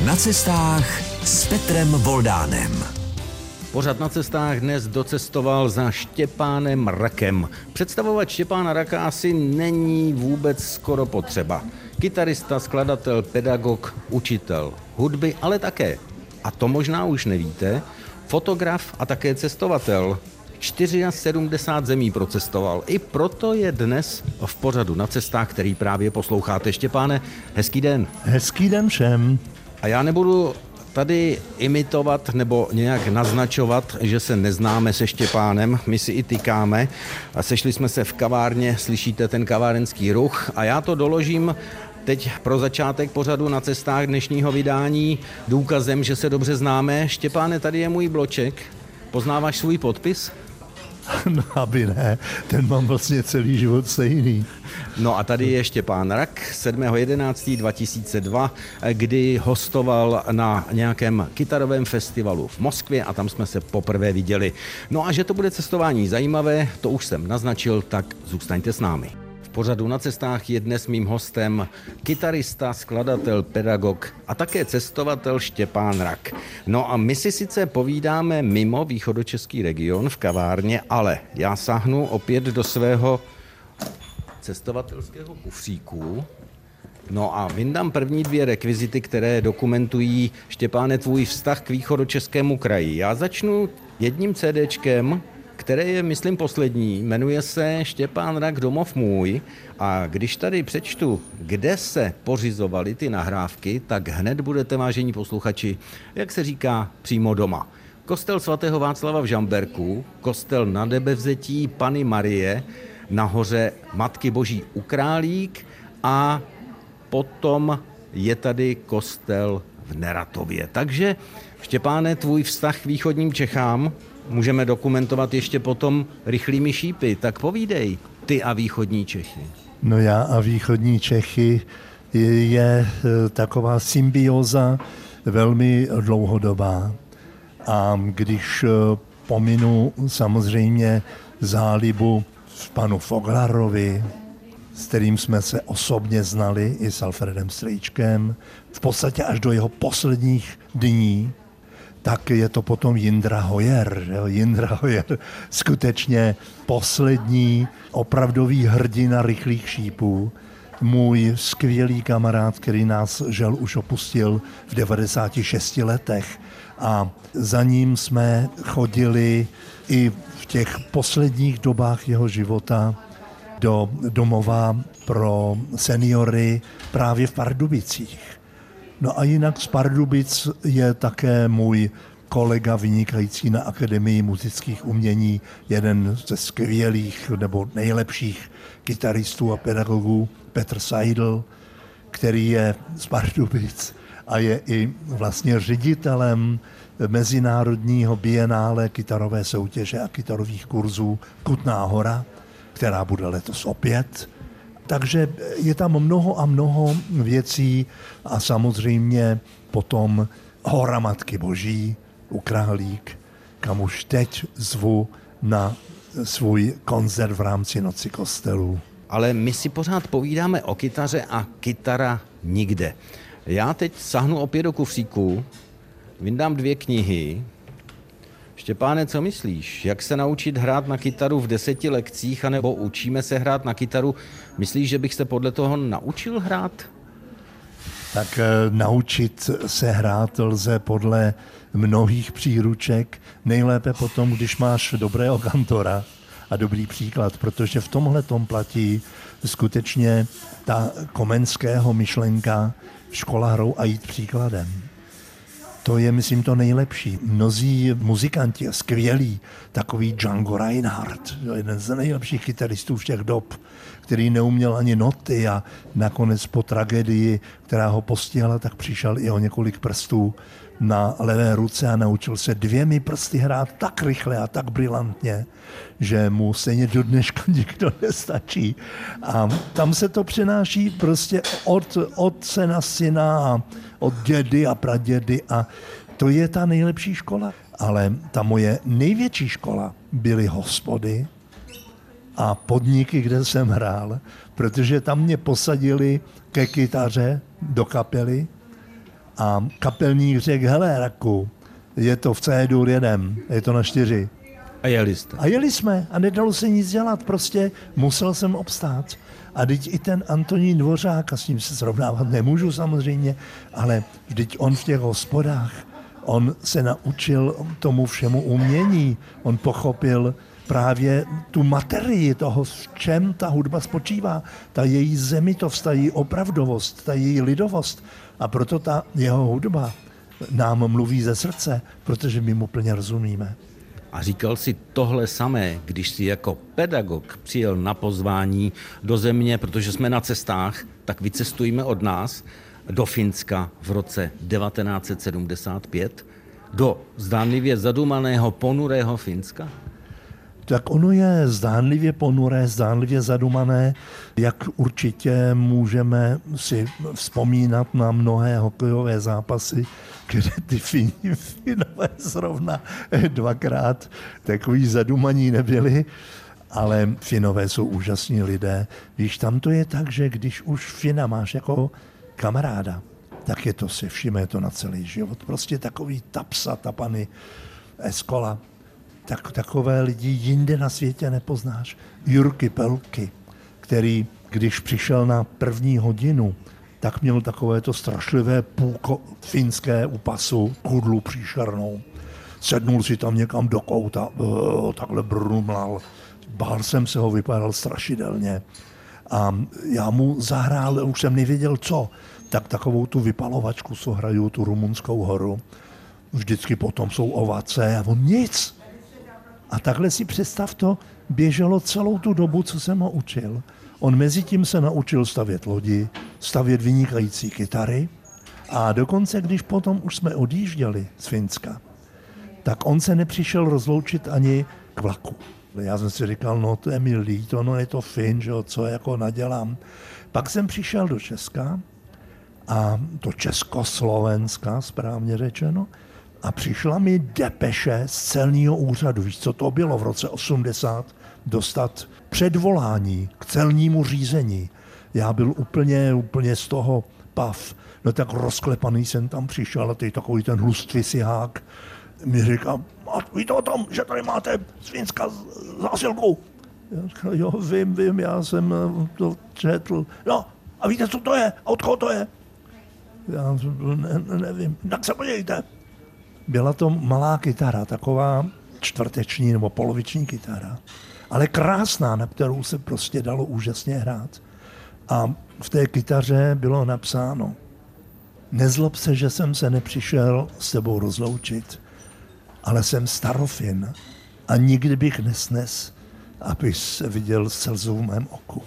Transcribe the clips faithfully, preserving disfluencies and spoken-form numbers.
Na cestách s Petrem Voldánem. Pořad Na cestách dnes docestoval za Štěpánem Rakem. Představovat Štěpána Raka asi není vůbec skoro potřeba. Kytarista, skladatel, pedagog, učitel hudby, ale také, a to možná už nevíte, fotograf a také cestovatel. sedmdesát čtyři zemí procestoval. I proto je dnes v pořadu Na cestách, který právě posloucháte. Štěpáne, hezký den. Hezký den všem. A já nebudu tady imitovat nebo nějak naznačovat, že se neznáme se Štěpánem, my si i tykáme. Sešli jsme se v kavárně, slyšíte ten kavárenský ruch a já to doložím teď pro začátek pořadu Na cestách dnešního vydání důkazem, že se dobře známe. Štěpáne, tady je můj bloček. Poznáváš svůj podpis? No aby ne, ten mám vlastně celý život stejný. No a tady je Štěpán Rak sedmého jedenáctého dva tisíce dva, kdy hostoval na nějakém kytarovém festivalu v Moskvě a tam jsme se poprvé viděli. No a že to bude cestování zajímavé, to už jsem naznačil, tak zůstaňte s námi. V pořadu Na cestách je dnes mým hostem kytarista, skladatel, pedagog a také cestovatel Štěpán Rak. No a my si sice povídáme mimo východočeský region v kavárně, ale já sáhnu opět do svého cestovatelského kufříku. No a vyndám první dvě rekvizity, které dokumentují, Štěpáne, tvůj vztah k východočeskému kraji. Já začnu jedním CDčkem, které je, myslím, poslední. Jmenuje se Štěpán Rak Domov můj. A když tady přečtu, kde se pořizovaly ty nahrávky, tak hned budete, vážení posluchači, jak se říká, přímo doma. Kostel svatého Václava v Žamberku, kostel Nanebevzetí Panny Marie, nahoře Matky Boží u Králík a potom je tady kostel v Neratově. Takže, Štěpáne, tvůj vztah k východním Čechám můžeme dokumentovat ještě potom rychlými šípy. Tak povídej, ty a východní Čechy. No já a východní Čechy je, je taková symbioza velmi dlouhodobá. A když pominu samozřejmě zálibu v panu Foglarovi, s kterým jsme se osobně znali i s Alfredem Strejčkem, v podstatě až do jeho posledních dní, tak je to potom Jindra Hojer. Jindra Hojer skutečně poslední opravdový hrdina rychlých šípů. Můj skvělý kamarád, který nás žel už opustil v devadesáti šesti letech. A za ním jsme chodili i v těch posledních dobách jeho života do domova pro seniory právě v Pardubicích. No a jinak z Pardubic je také můj kolega vynikající na Akademii muzických umění, jeden ze skvělých nebo nejlepších kytaristů a pedagogů, Petr Seidl, který je z Pardubic a je i vlastně ředitelem mezinárodního bienále kytarové soutěže a kytarových kurzů Kutná Hora, která bude letos opět. Takže je tam mnoho a mnoho věcí a samozřejmě potom Hora Matky Boží u Králík, kam už teď zvu na svůj koncert v rámci Noci kostelů. Ale my si pořád povídáme o kytaře a kytara nikde. Já teď sahnu opět do kufříku, vyndám dvě knihy. Štěpáne, co myslíš? Jak se naučit hrát na kytaru v deseti lekcích, anebo učíme se hrát na kytaru? Myslíš, že bych se podle toho naučil hrát? Tak e, naučit se hrát lze podle mnohých příruček. Nejlépe potom, když máš dobrého kantora a dobrý příklad, protože v tomhle tom platí skutečně ta Komenského myšlenka škola hrou a jít příkladem. To je, myslím, to nejlepší. Mnozí muzikanti, skvělí, takový Django Reinhardt, jeden z nejlepších kytaristů všech dob, který neuměl ani noty a nakonec po tragédii, která ho postihla, tak přišel i o několik prstů na levé ruce a naučil se dvěmi prsty hrát tak rychle a tak brilantně, že mu stejně do dneška nikdo nestačí. A tam se to přenáší prostě od otce na syna a od dědy a pradědy a to je ta nejlepší škola. Ale ta moje největší škola byly hospody a podniky, kde jsem hrál, protože tam mě posadili ke kytaře do kapely A kapelník řekl, hele Raku, je to v C-dur jedem, je to na čtyři. A jeli jste. A jeli jsme a nedalo se nic dělat, prostě musel jsem obstát. A teď i ten Antonín Dvořák, a s ním se srovnávat nemůžu samozřejmě, ale vždyť on v těch hospodách, on se naučil tomu všemu umění, on pochopil právě tu materii toho, v čem ta hudba spočívá, ta její zemitovost, ta její opravdovost, ta její lidovost. A proto ta jeho hudba nám mluví ze srdce, protože my mu plně rozumíme. A říkal si tohle samé, když si jako pedagog přijel na pozvání do země, protože jsme na cestách, tak vycestujme od nás do Finska v roce devatenáct set sedmdesát pět, do zdánlivě zadumaného, ponurého Finska? Tak ono je zdánlivě ponuré, zdánlivě zadumané, jak určitě můžeme si vzpomínat na mnohé hokejové zápasy, kde ty Finové zrovna dvakrát takový zadumaní nebyli, ale Finové jsou úžasní lidé. Víš, tam to je tak, že když už Fina máš jako kamaráda, tak je to si všimne to na celý život. Prostě takový Tapsa, Tapany, Eskola. Tak takové lidi jinde na světě nepoznáš. Jurky Pelky, který, když přišel na první hodinu, tak měl takové to strašlivé půlko finské u pasu, kudlu příšernou. Sednul si tam někam do kouta, takhle brumlal. Bál jsem se ho, vypadal strašidelně. A já mu zahrál, už jsem nevěděl co, tak takovou tu vypalovačku, co hraju, tu Rumunskou horu. Vždycky potom jsou ovace a on nic. A takhle si představ to, běželo celou tu dobu, co jsem ho učil. On mezi tím se naučil stavět lodi, stavět vynikající kytary a dokonce, když potom už jsme odjížděli z Finska, tak on se nepřišel rozloučit ani k vlaku. Já jsem si říkal, no to je mi líto, no je to Fin, že jo, co jako nadělám. Pak jsem přišel do Česka, a to Československa, správně řečeno, a přišla mi depeše z celního úřadu. Víš, co to bylo v roce osmdesát? Dostat předvolání k celnímu řízení. Já byl úplně, úplně z toho pav. No tak rozklepaný jsem tam přišel a teď takový ten hlustvý sihák mi říká, a víte o tom, že tady máte z Finska zásilku? Já říkal, jo, vím, vím, já jsem to četl. No, a víte, co to je? A od koho to je? Já ne, nevím. Tak se podívejte. Byla to malá kytara, taková čtvrteční nebo poloviční kytara, ale krásná, na kterou se prostě dalo úžasně hrát. A v té kytaře bylo napsáno, nezlob se, že jsem se nepřišel s tebou rozloučit, ale jsem starofin a nikdy bych nesnes, abys se viděl slzu v mém oku.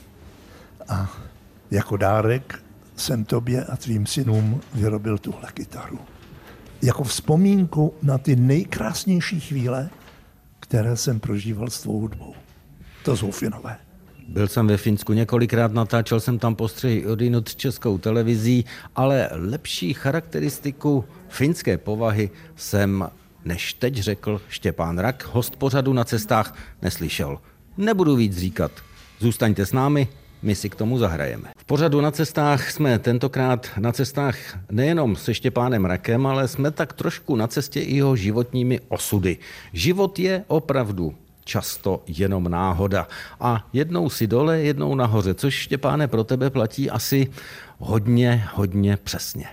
A jako dárek jsem tobě a tvým synům vyrobil tuhle kytaru. Jako vzpomínku na ty nejkrásnější chvíle, které jsem prožíval s tvou hudbou. To jsou Finové. Byl jsem ve Finsku několikrát, natáčel jsem tam postřehy odinut Českou televizí, ale lepší charakteristiku finské povahy jsem, než teď řekl Štěpán Rak, host pořadu Na cestách, neslyšel. Nebudu víc říkat. Zůstaňte s námi, my si k tomu zahrajeme. V pořadu Na cestách jsme tentokrát na cestách nejenom se Štěpánem Rakem, ale jsme tak trošku na cestě i jeho životními osudy. Život je opravdu často jenom náhoda. A jednou si dole, jednou nahoře, což, Štěpáne, pro tebe platí asi hodně, hodně přesně.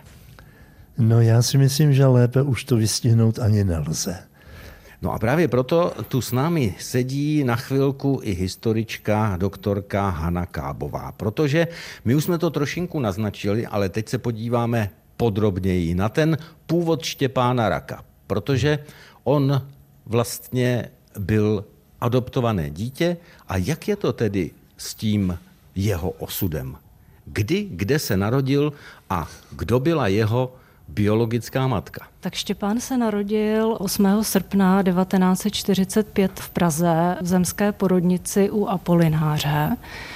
No já si myslím, že lépe už to vystihnout ani nelze. No a právě proto tu s námi sedí na chvilku i historička, doktorka Hana Kábová, protože my už jsme to trošinku naznačili, ale teď se podíváme podrobněji na ten původ Štěpána Raka, protože on vlastně byl adoptované dítě a jak je to tedy s tím jeho osudem? Kdy, kde se narodil a kdo byla jeho biologická matka? Tak Štěpán se narodil osmého srpna devatenáct set čtyřicet pět v Praze v zemské porodnici u Apolináře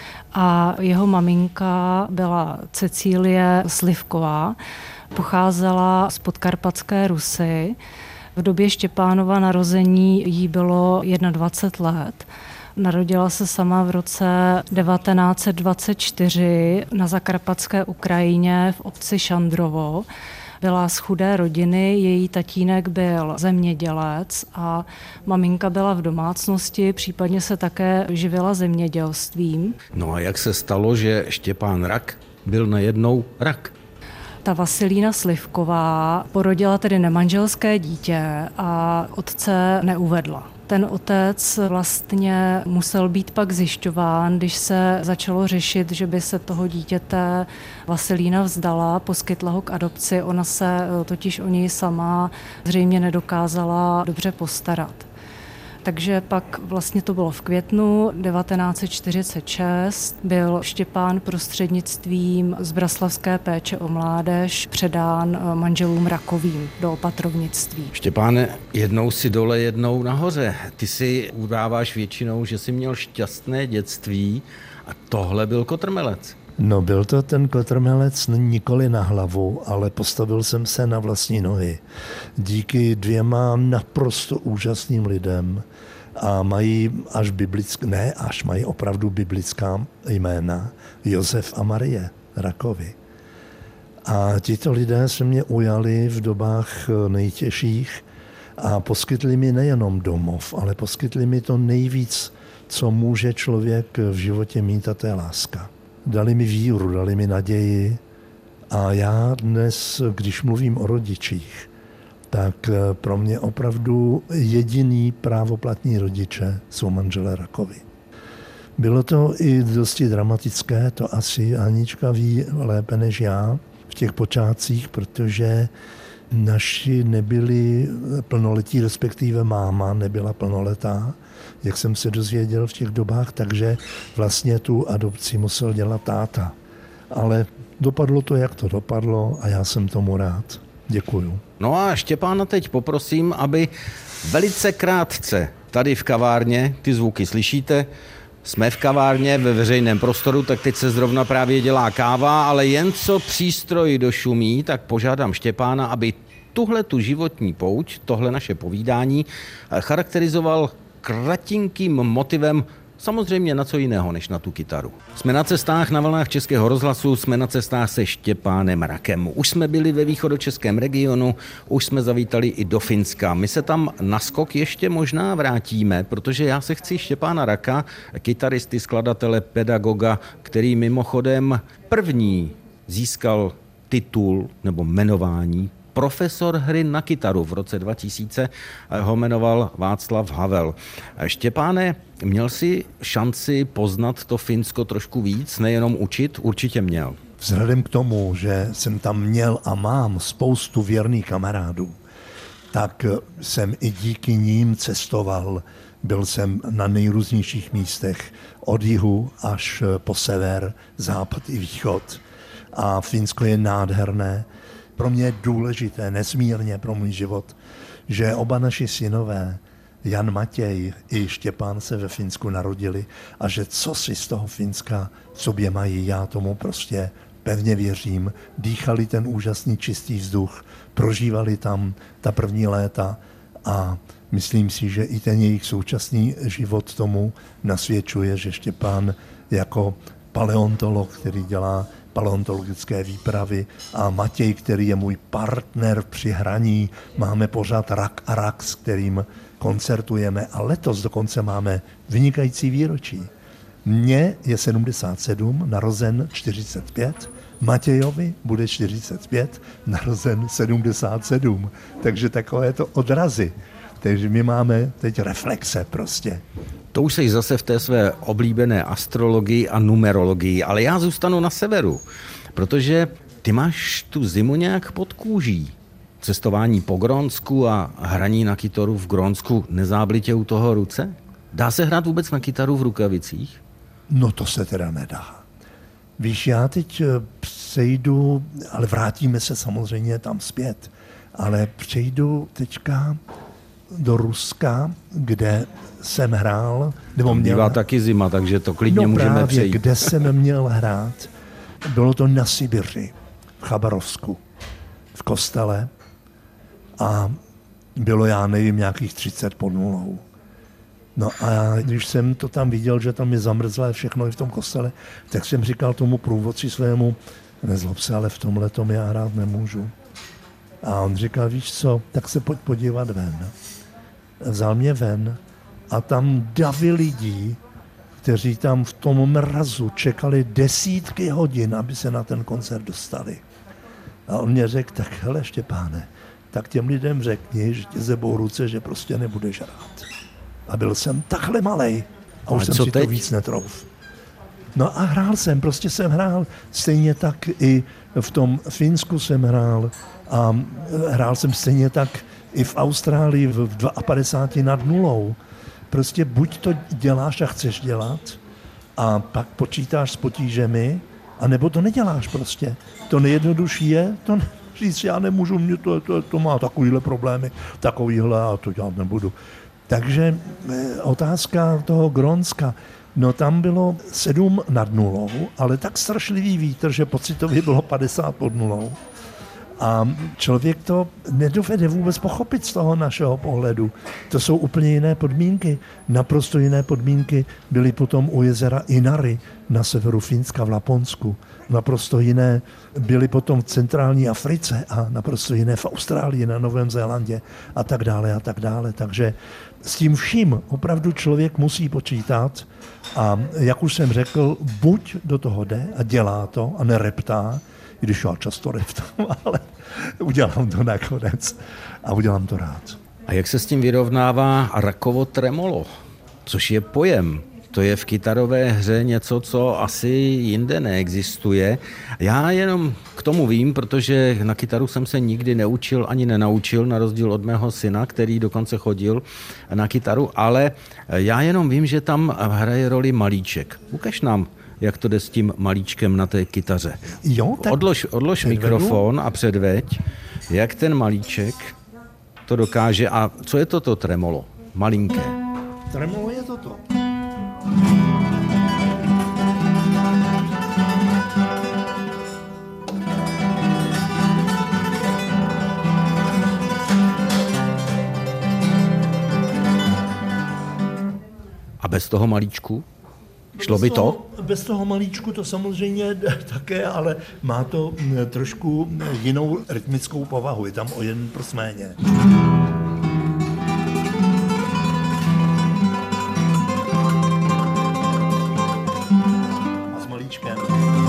a jeho maminka byla Cecílie Slivková, pocházela z Podkarpatské Rusy. V době Štěpánova narození jí bylo dvacet jedna let. Narodila se sama v roce devatenáct set dvacet čtyři na zakarpatské Ukrajině v obci Šandrovo Byla z chudé rodiny, její tatínek byl zemědělec a maminka byla v domácnosti, případně se také živila zemědělstvím. No a jak se stalo, že Štěpán Rak byl najednou rak? Ta Vasilína Slivková porodila tedy nemanželské dítě a otce neuvedla. Ten otec vlastně musel být pak zjišťován, když se začalo řešit, že by se toho dítěte Vasilína vzdala, poskytla ho k adopci. Ona se totiž o něj sama zřejmě nedokázala dobře postarat. Takže pak vlastně to bylo v květnu devatenáct set čtyřicet šest, byl Štěpán prostřednictvím Zbraslavské péče o mládež předán manželům Rakovým do opatrovnictví. Štěpáne, jednou si dole, jednou nahoře. Ty si udáváš většinou, že jsi měl šťastné dětství a tohle byl kotrmelec. No, byl to ten kotrmelec nikoli na hlavu, ale postavil jsem se na vlastní nohy. Díky dvěma naprosto úžasným lidem a mají až biblické, ne, až mají opravdu biblická jména, Josef a Marie Rakovi. A tito lidé se mě ujali v dobách nejtěžších a poskytli mi nejenom domov, ale poskytli mi to nejvíc, co může člověk v životě mít, a to je láska. Dali mi víru, dali mi naději a já dnes, když mluvím o rodičích, tak pro mě opravdu jediný právoplatní rodiče jsou manželé Rakovi. Bylo to i dosti dramatické, to asi Anička ví lépe než já v těch počátcích, protože naši nebyli plnoletí, respektive máma nebyla plnoletá, jak jsem se dozvěděl v těch dobách, takže vlastně tu adopci musel dělat táta. Ale dopadlo to, jak to dopadlo a já jsem tomu rád. Děkuju. No a Štěpána teď poprosím, aby velice krátce tady v kavárně, ty zvuky slyšíte, jsme v kavárně ve veřejném prostoru, tak teď se zrovna právě dělá káva, ale jen co přístroj došumí, tak požádám Štěpána, aby tuhle tu životní pouť, tohle naše povídání charakterizoval kratinkým motivem, samozřejmě na co jiného než na tu kytaru. Jsme na cestách na vlnách Českého rozhlasu, jsme na cestách se Štěpánem Rakem. Už jsme byli ve východočeském regionu, už jsme zavítali i do Finska. My se tam na skok ještě možná vrátíme, protože já se chci Štěpána Raka, kytaristy, skladatele, pedagoga, který mimochodem první získal titul nebo jmenování profesor hry na kytaru. V roce dva tisíce ho jmenoval Václav Havel. Štěpáne, měl jsi šanci poznat to Finsko trošku víc, nejenom učit? Určitě měl. Vzhledem k tomu, že jsem tam měl a mám spoustu věrných kamarádů, tak jsem i díky ním cestoval. Byl jsem na nejrůznějších místech, od jihu až po sever, západ i východ. A Finsko je nádherné. Pro mě je důležité, nesmírně pro můj život, že oba naši synové, Jan Matěj i Štěpán, se ve Finsku narodili a že co si z toho Finska v sobě mají, já tomu prostě pevně věřím. Dýchali ten úžasný čistý vzduch, prožívali tam ta první léta a myslím si, že i ten jejich současný život tomu nasvědčuje, že Štěpán jako paleontolog, který dělá paleontologické výpravy, a Matěj, který je můj partner při hraní, máme pořád Rak a Rak, s kterým koncertujeme a letos dokonce máme vynikající výročí. Mně je sedmdesát sedm, narozen čtyřicet pět, Matějovi bude čtyřicet pět, narozen sedmdesát sedm, takže takové to odrazy. Takže my máme teď reflexe prostě. To už jsi zase v té své oblíbené astrologii a numerologii, ale já zůstanu na severu, protože ty máš tu zimu nějak pod kůží. Cestování po Grónsku a hraní na kytaru v Grónsku nezábli tě u toho ruce? Dá se hrát vůbec na kytaru v rukavicích? No to se teda nedá. Víš, já teď přejdu, ale vrátíme se samozřejmě tam zpět, ale přejdu teďka do Ruska, kde jsem hrál, nebo měl... Bývá taky zima, takže to klidně no můžeme právě, přejít. kde jsem měl hrát, bylo to na Sibiři, v Chabarovsku, v kostele a bylo, já nevím, nějakých třicet pod nulou. No a když jsem to tam viděl, že tam je zamrzlé všechno i v tom kostele, tak jsem říkal tomu průvodci svému, nezlob se, ale v tomhletom já hrát nemůžu. A on říkal, víš co, tak se pojď podívat ven. Vzal mě ven a tam davy lidí, kteří tam v tom mrazu čekali desítky hodin, aby se na ten koncert dostali. A on mě řekl, tak hele Štěpáne, tak těm lidem řekni, že tě zebou ruce, že prostě nebudeš hrát. A byl jsem takhle malej a už a jsem si teď? to víc netrouf. No a hrál jsem, prostě jsem hrál. Stejně tak i v tom Finsku jsem hrál a hrál jsem stejně tak i v Austrálii v padesát dva nad nulou. Prostě buď to děláš a chceš dělat a pak počítáš s potížemi, anebo to neděláš prostě. To nejjednodušší je, to říct, já nemůžu, mě to, to, to má takovýhle problémy, takovýhle a to dělat nebudu. Takže otázka toho Grónska, no tam bylo sedm nad nulou, ale tak strašlivý vítr, že pocitově bylo padesát pod nulou. A člověk to nedovede vůbec pochopit z toho našeho pohledu. To jsou úplně jiné podmínky. Naprosto jiné podmínky byly potom u jezera Inari na severu Finska v Laponsku. Naprosto jiné byly potom v centrální Africe a naprosto jiné v Austrálii, na Novém Zélandě a tak dále a tak dále. Takže s tím vším opravdu člověk musí počítat a jak už jsem řekl, buď do toho jde a dělá to a nereptá, i když já často reptám, ale udělám to nakonec a udělám to rád. A jak se s tím vyrovnává rakovo tremolo, což je pojem? To je v kytarové hře něco, co asi jinde neexistuje. Já jenom k tomu vím, protože na kytaru jsem se nikdy neučil ani nenaučil, na rozdíl od mého syna, který dokonce chodil na kytaru, ale já jenom vím, že tam hraje roli malíček. Ukaž nám, jak to jde s tím malíčkem na té kytaře. Jo, tak odlož odlož mikrofon a předveď, jak ten malíček to dokáže. A co je to to tremolo? Malinké. Tremolo je toto. A bez toho malíčku? Šlo by to? Bez toho malíčku to samozřejmě také, ale má to trošku jinou rytmickou povahu. Je tam o jeden prst méně. A s malíčkem.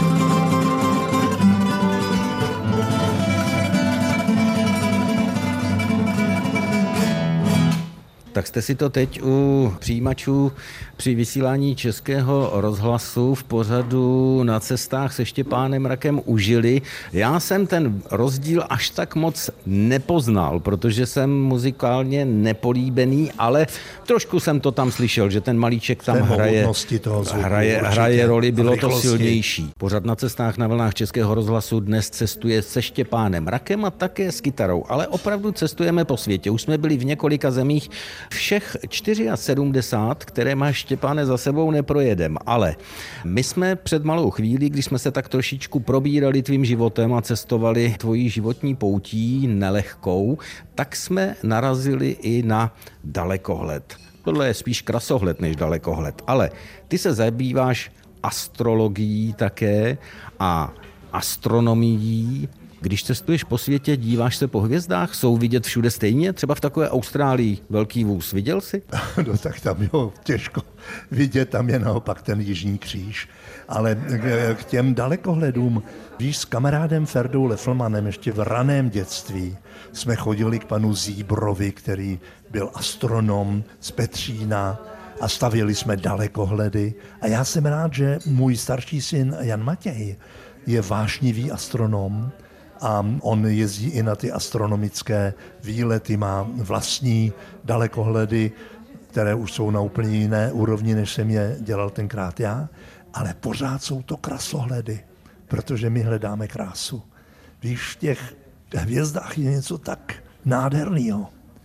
Tak jste si to teď u přijímačů při vysílání Českého rozhlasu v pořadu Na cestách se Štěpánem Rakem užili. Já jsem ten rozdíl až tak moc nepoznal, protože jsem muzikálně nepolíbený, ale trošku jsem to tam slyšel, že ten malíček tam hraje, toho zvuku, hraje, hraje roli, bylo to silnější. Pořad Na cestách na vlnách Českého rozhlasu dnes cestuje se Štěpánem Rakem a také s kytarou, ale opravdu cestujeme po světě. Už jsme byli v několika zemích. Všech sedmdesát čtyři, které má Štěpáne za sebou, neprojedem, ale my jsme před malou chvíli, když jsme se tak trošičku probírali tvým životem a cestovali tvojí životní poutí nelehkou, tak jsme narazili i na dalekohled. Tohle je spíš krasohled než dalekohled, ale ty se zabýváš astrologií také a astronomií. Když cestuješ po světě, díváš se po hvězdách, jsou vidět všude stejně? Třeba v takové Austrálii velký vůz, viděl jsi? No tak tam jo, těžko vidět, tam je naopak ten Jižní kříž. Ale k těm dalekohledům, víš, s kamarádem Ferdou Leflmanem ještě v raném dětství jsme chodili k panu Zíbrovi, který byl astronom z Petřína a stavěli jsme dalekohledy. A já jsem rád, že můj starší syn Jan Matěj je vášnivý astronom, a on jezdí i na ty astronomické výlety, má vlastní dalekohledy, které už jsou na úplně jiné úrovni, než jsem je dělal tenkrát já, ale pořád jsou to krasohledy, protože my hledáme krásu. Víš, v těch hvězdách je něco tak nádherného.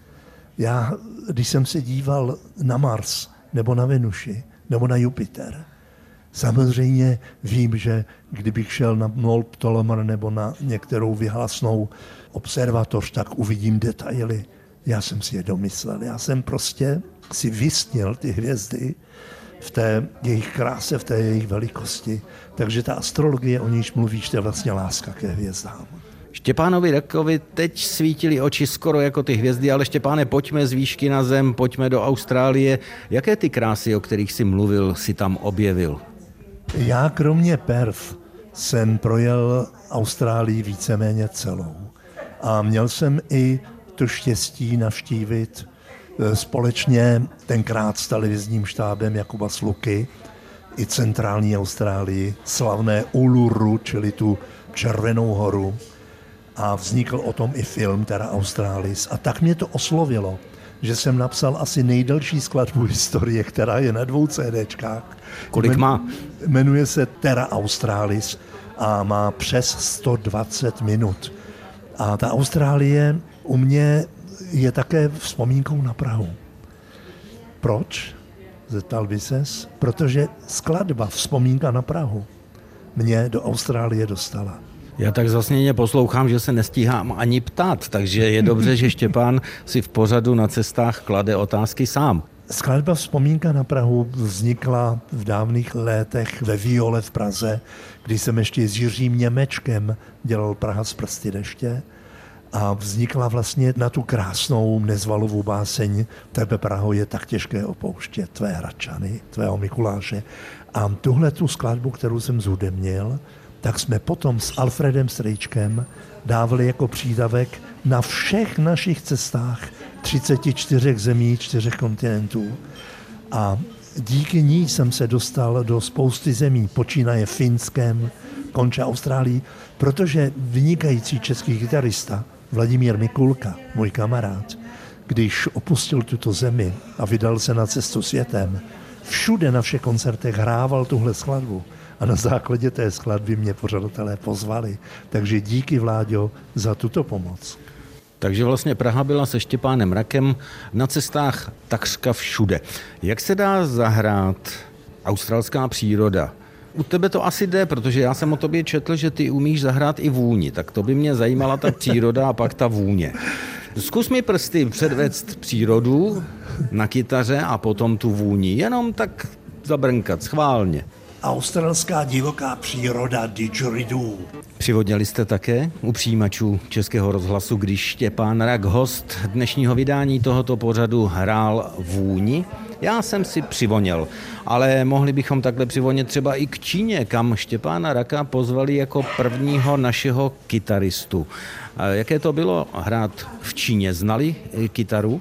Já, když jsem se díval na Mars, nebo na Venuši, nebo na Jupiter, samozřejmě vím, že kdybych šel na Mol Ptolomar nebo na některou vyhlasnou observatoř, tak uvidím detaily. Já jsem si je domyslel. Já jsem prostě si vysnil ty hvězdy v té jejich kráse, v té jejich velikosti. Takže ta astrologie, o níž mluvíš, to je vlastně láska ke hvězdám. Štěpánovi Rakovi teď svítily oči skoro jako ty hvězdy, ale Štěpáne, pojďme z výšky na zem, pojďme do Austrálie. Jaké ty krásy, o kterých jsi mluvil, si tam objevil? Já kromě Perth jsem projel Austrálii víceméně celou. A měl jsem i to štěstí navštívit společně tenkrát s televizním štábem Jakuba Sluky i centrální Austrálii, slavné Uluru, čili tu Červenou horu. A vznikl o tom i film Terra Australis. A tak mě to oslovilo, že jsem napsal asi nejdelší skladbu historie, která je na dvou CDčkách. Kolik má? Jmenuje se Terra Australis a má přes sto dvacet minut. A ta Austrálie u mě je také vzpomínkou na Prahu. Proč? Zeptal by ses. Protože skladba Vzpomínka na Prahu mě do Austrálie dostala. Já tak zasněně poslouchám, že se nestíhám ani ptát, takže je dobře, že Štěpán si v pořadu Na cestách klade otázky sám. Skladba Vzpomínka na Prahu vznikla v dávných létech ve Viole v Praze, kdy jsem ještě s Jiřím Němečkem dělal Praha z prsty deště a vznikla vlastně na tu krásnou Nezvalovou báseň Tebe, Praho, je tak těžké opouštět, tvé Hradčany, tvého Mikuláše. A tuhle tu skladbu, kterou jsem zhudebnil, tak jsme potom s Alfredem Strejčkem dávali jako přídavek na všech našich cestách třicet čtyři zemí, čtyřech kontinentů. A díky ní jsem se dostal do spousty zemí, počínaje Finskem, konče Austrálií, protože vynikající český kytarista Vladimír Mikulka, můj kamarád, když opustil tuto zemi a vydal se na cestu světem, všude na všech koncertech hrával tuhle skladbu. A na základě té skladby mě pořadatelé pozvali. Takže díky, Vláďo, za tuto pomoc. Takže vlastně Praha byla se Štěpánem Rakem na cestách takřka všude. Jak se dá zahrát australská příroda? U tebe to asi jde, protože já jsem o tobě četl, že ty umíš zahrát i vůni, tak to by mě zajímala ta příroda a pak ta vůně. Zkus mi prsty předvést přírodu na kytaře a potom tu vůni, jenom tak zabrnkat, schválně. Australská divoká příroda didgeridoo. Přivodněli jste také u přijímačů Českého rozhlasu, když Štěpán Rak, host dnešního vydání tohoto pořadu, hrál vůni? Já jsem si přivoněl, ale mohli bychom takhle přivonět třeba i k Číně, kam Štěpána Raka pozvali jako prvního našeho kytaristu. A jaké to bylo hrát v Číně? Znali kytaru?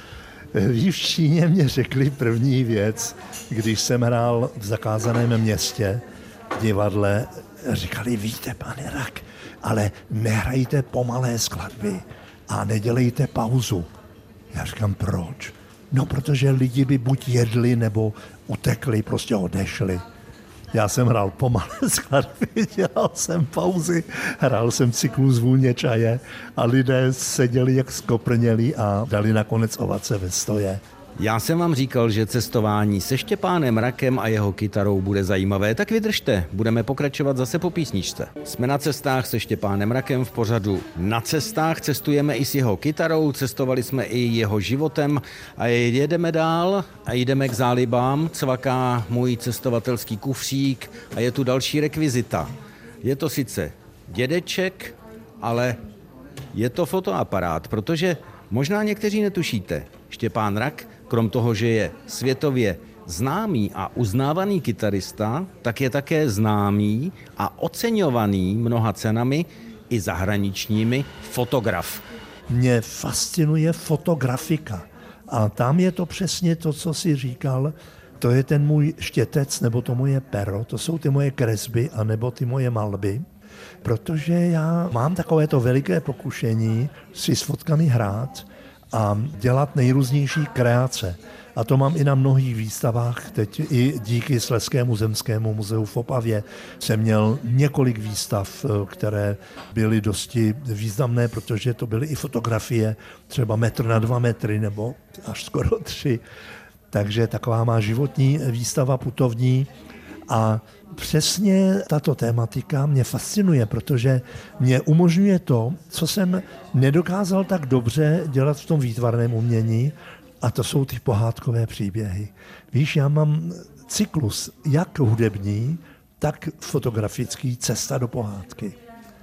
Víš, v Číně mě řekli první věc, když jsem hrál v Zakázaném městě v divadle, říkali, víte, pane Rak, ale nehrajte pomalé skladby a nedělejte pauzu. Já říkám, proč? No, protože lidi by buď jedli, nebo utekli, prostě odešli. Já jsem hrál pomalé skladby, dělal jsem pauzy, hrál jsem cyklus Vůně čaje a lidé seděli jak skoprněli a dali nakonec ovace ve stoje. Já jsem vám říkal, že cestování se Štěpánem Rakem a jeho kytarou bude zajímavé, tak vydržte, budeme pokračovat zase po písničce. Jsme na cestách se Štěpánem Rakem v pořadu Na cestách, cestujeme i s jeho kytarou, cestovali jsme i jeho životem a jedeme dál a jdeme k zálibám, cvaká můj cestovatelský kufřík a je tu další rekvizita. Je to sice dědeček, ale je to fotoaparát, protože možná někteří netušíte, Štěpán Rak, krom toho, že je světově známý a uznávaný kytarista, tak je také známý a oceňovaný mnoha cenami i zahraničními fotograf. Mě fascinuje fotografika a tam je to přesně to, co jsi říkal, to je ten můj štětec nebo to moje pero, to jsou ty moje kresby a nebo ty moje malby, protože já mám takovéto veliké pokušení si s fotkami hrát a dělat nejrůznější kreace. A to mám i na mnohých výstavách. Teď i díky Slezskému zemskému muzeu v Opavě jsem měl několik výstav, které byly dosti významné, protože to byly i fotografie třeba metr na dva metry nebo až skoro tři. Takže taková má životní výstava putovní a přesně tato tématika mě fascinuje, protože mě umožňuje to, co jsem nedokázal tak dobře dělat v tom výtvarném umění, a to jsou ty pohádkové příběhy. Víš, já mám cyklus jak hudební, tak fotografický, Cesta do pohádky.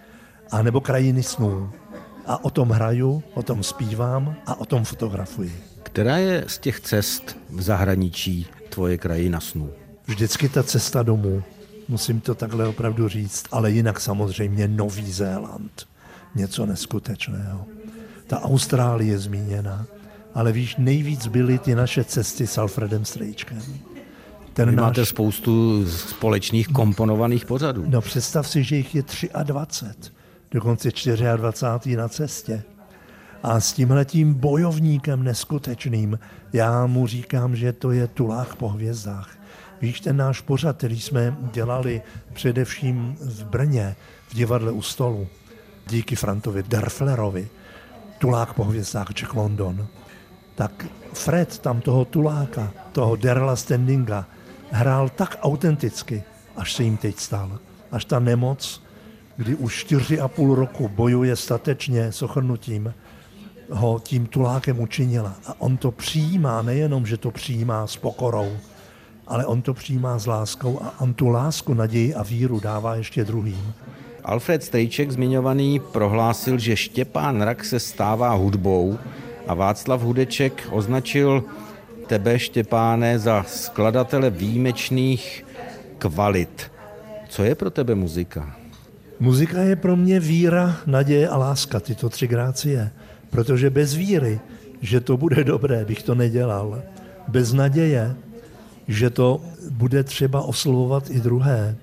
a nebo Krajiny snů. A o tom hraju, o tom zpívám a o tom fotografuji. Která je z těch cest v zahraničí tvoje krajina snů? Vždycky ta cesta domů, musím to takhle opravdu říct, ale jinak samozřejmě Nový Zéland. Něco neskutečného. Ta Austrálie je zmíněna, ale víš, nejvíc byly ty naše cesty s Alfredem Strejčkem. Ten Vy náš... máte spoustu společných komponovaných pořadů. No představ si, že jich je dvacet tři, dokonce dvacátý čtvrtý na cestě. A s tímhletím bojovníkem neskutečným, já mu říkám, že to je Tulák po hvězdách. Víš, ten náš pořad, který jsme dělali především v Brně, v divadle U stolu, díky Frantovi Derflerovi, Tulák po hvězdách Jack London, tak Fred tam toho Tuláka, toho Darrella Standinga, hrál tak autenticky, až se jim teď stal. Až ta nemoc, kdy už čtyři a půl roku bojuje statečně s ochrnutím, ho tím Tulákem učinila. A on to přijímá, nejenom, že to přijímá s pokorou, ale on to přijímá s láskou a on tu lásku, naději a víru dává ještě druhým. Alfred Strejček zmiňovaný prohlásil, že Štěpán Rak se stává hudbou a Václav Hudeček označil tebe, Štěpáne, za skladatele výjimečných kvalit. Co je pro tebe muzika? Muzika je pro mě víra, naděje a láska, tyto tři grácie. Protože bez víry, že to bude dobré, bych to nedělal. Bez naděje, že to bude třeba oslovovat i druhé.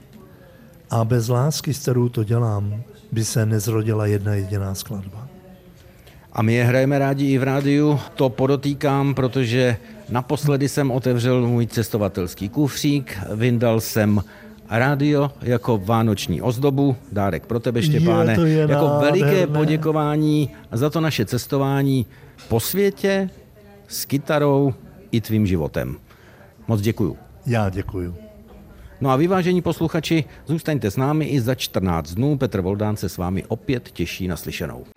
A bez lásky, s kterou to dělám, by se nezrodila jedna jediná skladba. A my je hrajeme rádi i v rádiu, to podotýkám, protože naposledy jsem otevřel můj cestovatelský kufřík, vyndal jsem rádio jako vánoční ozdobu, dárek pro tebe, Štěpáne, je, je jako nádherné. veliké poděkování za to naše cestování po světě s kytarou i tvým životem. Moc děkuju. Já děkuju. No a vy, vážení posluchači, zůstaňte s námi i za čtrnáct dnů. Petr Voldán se s vámi opět těší na slyšenou.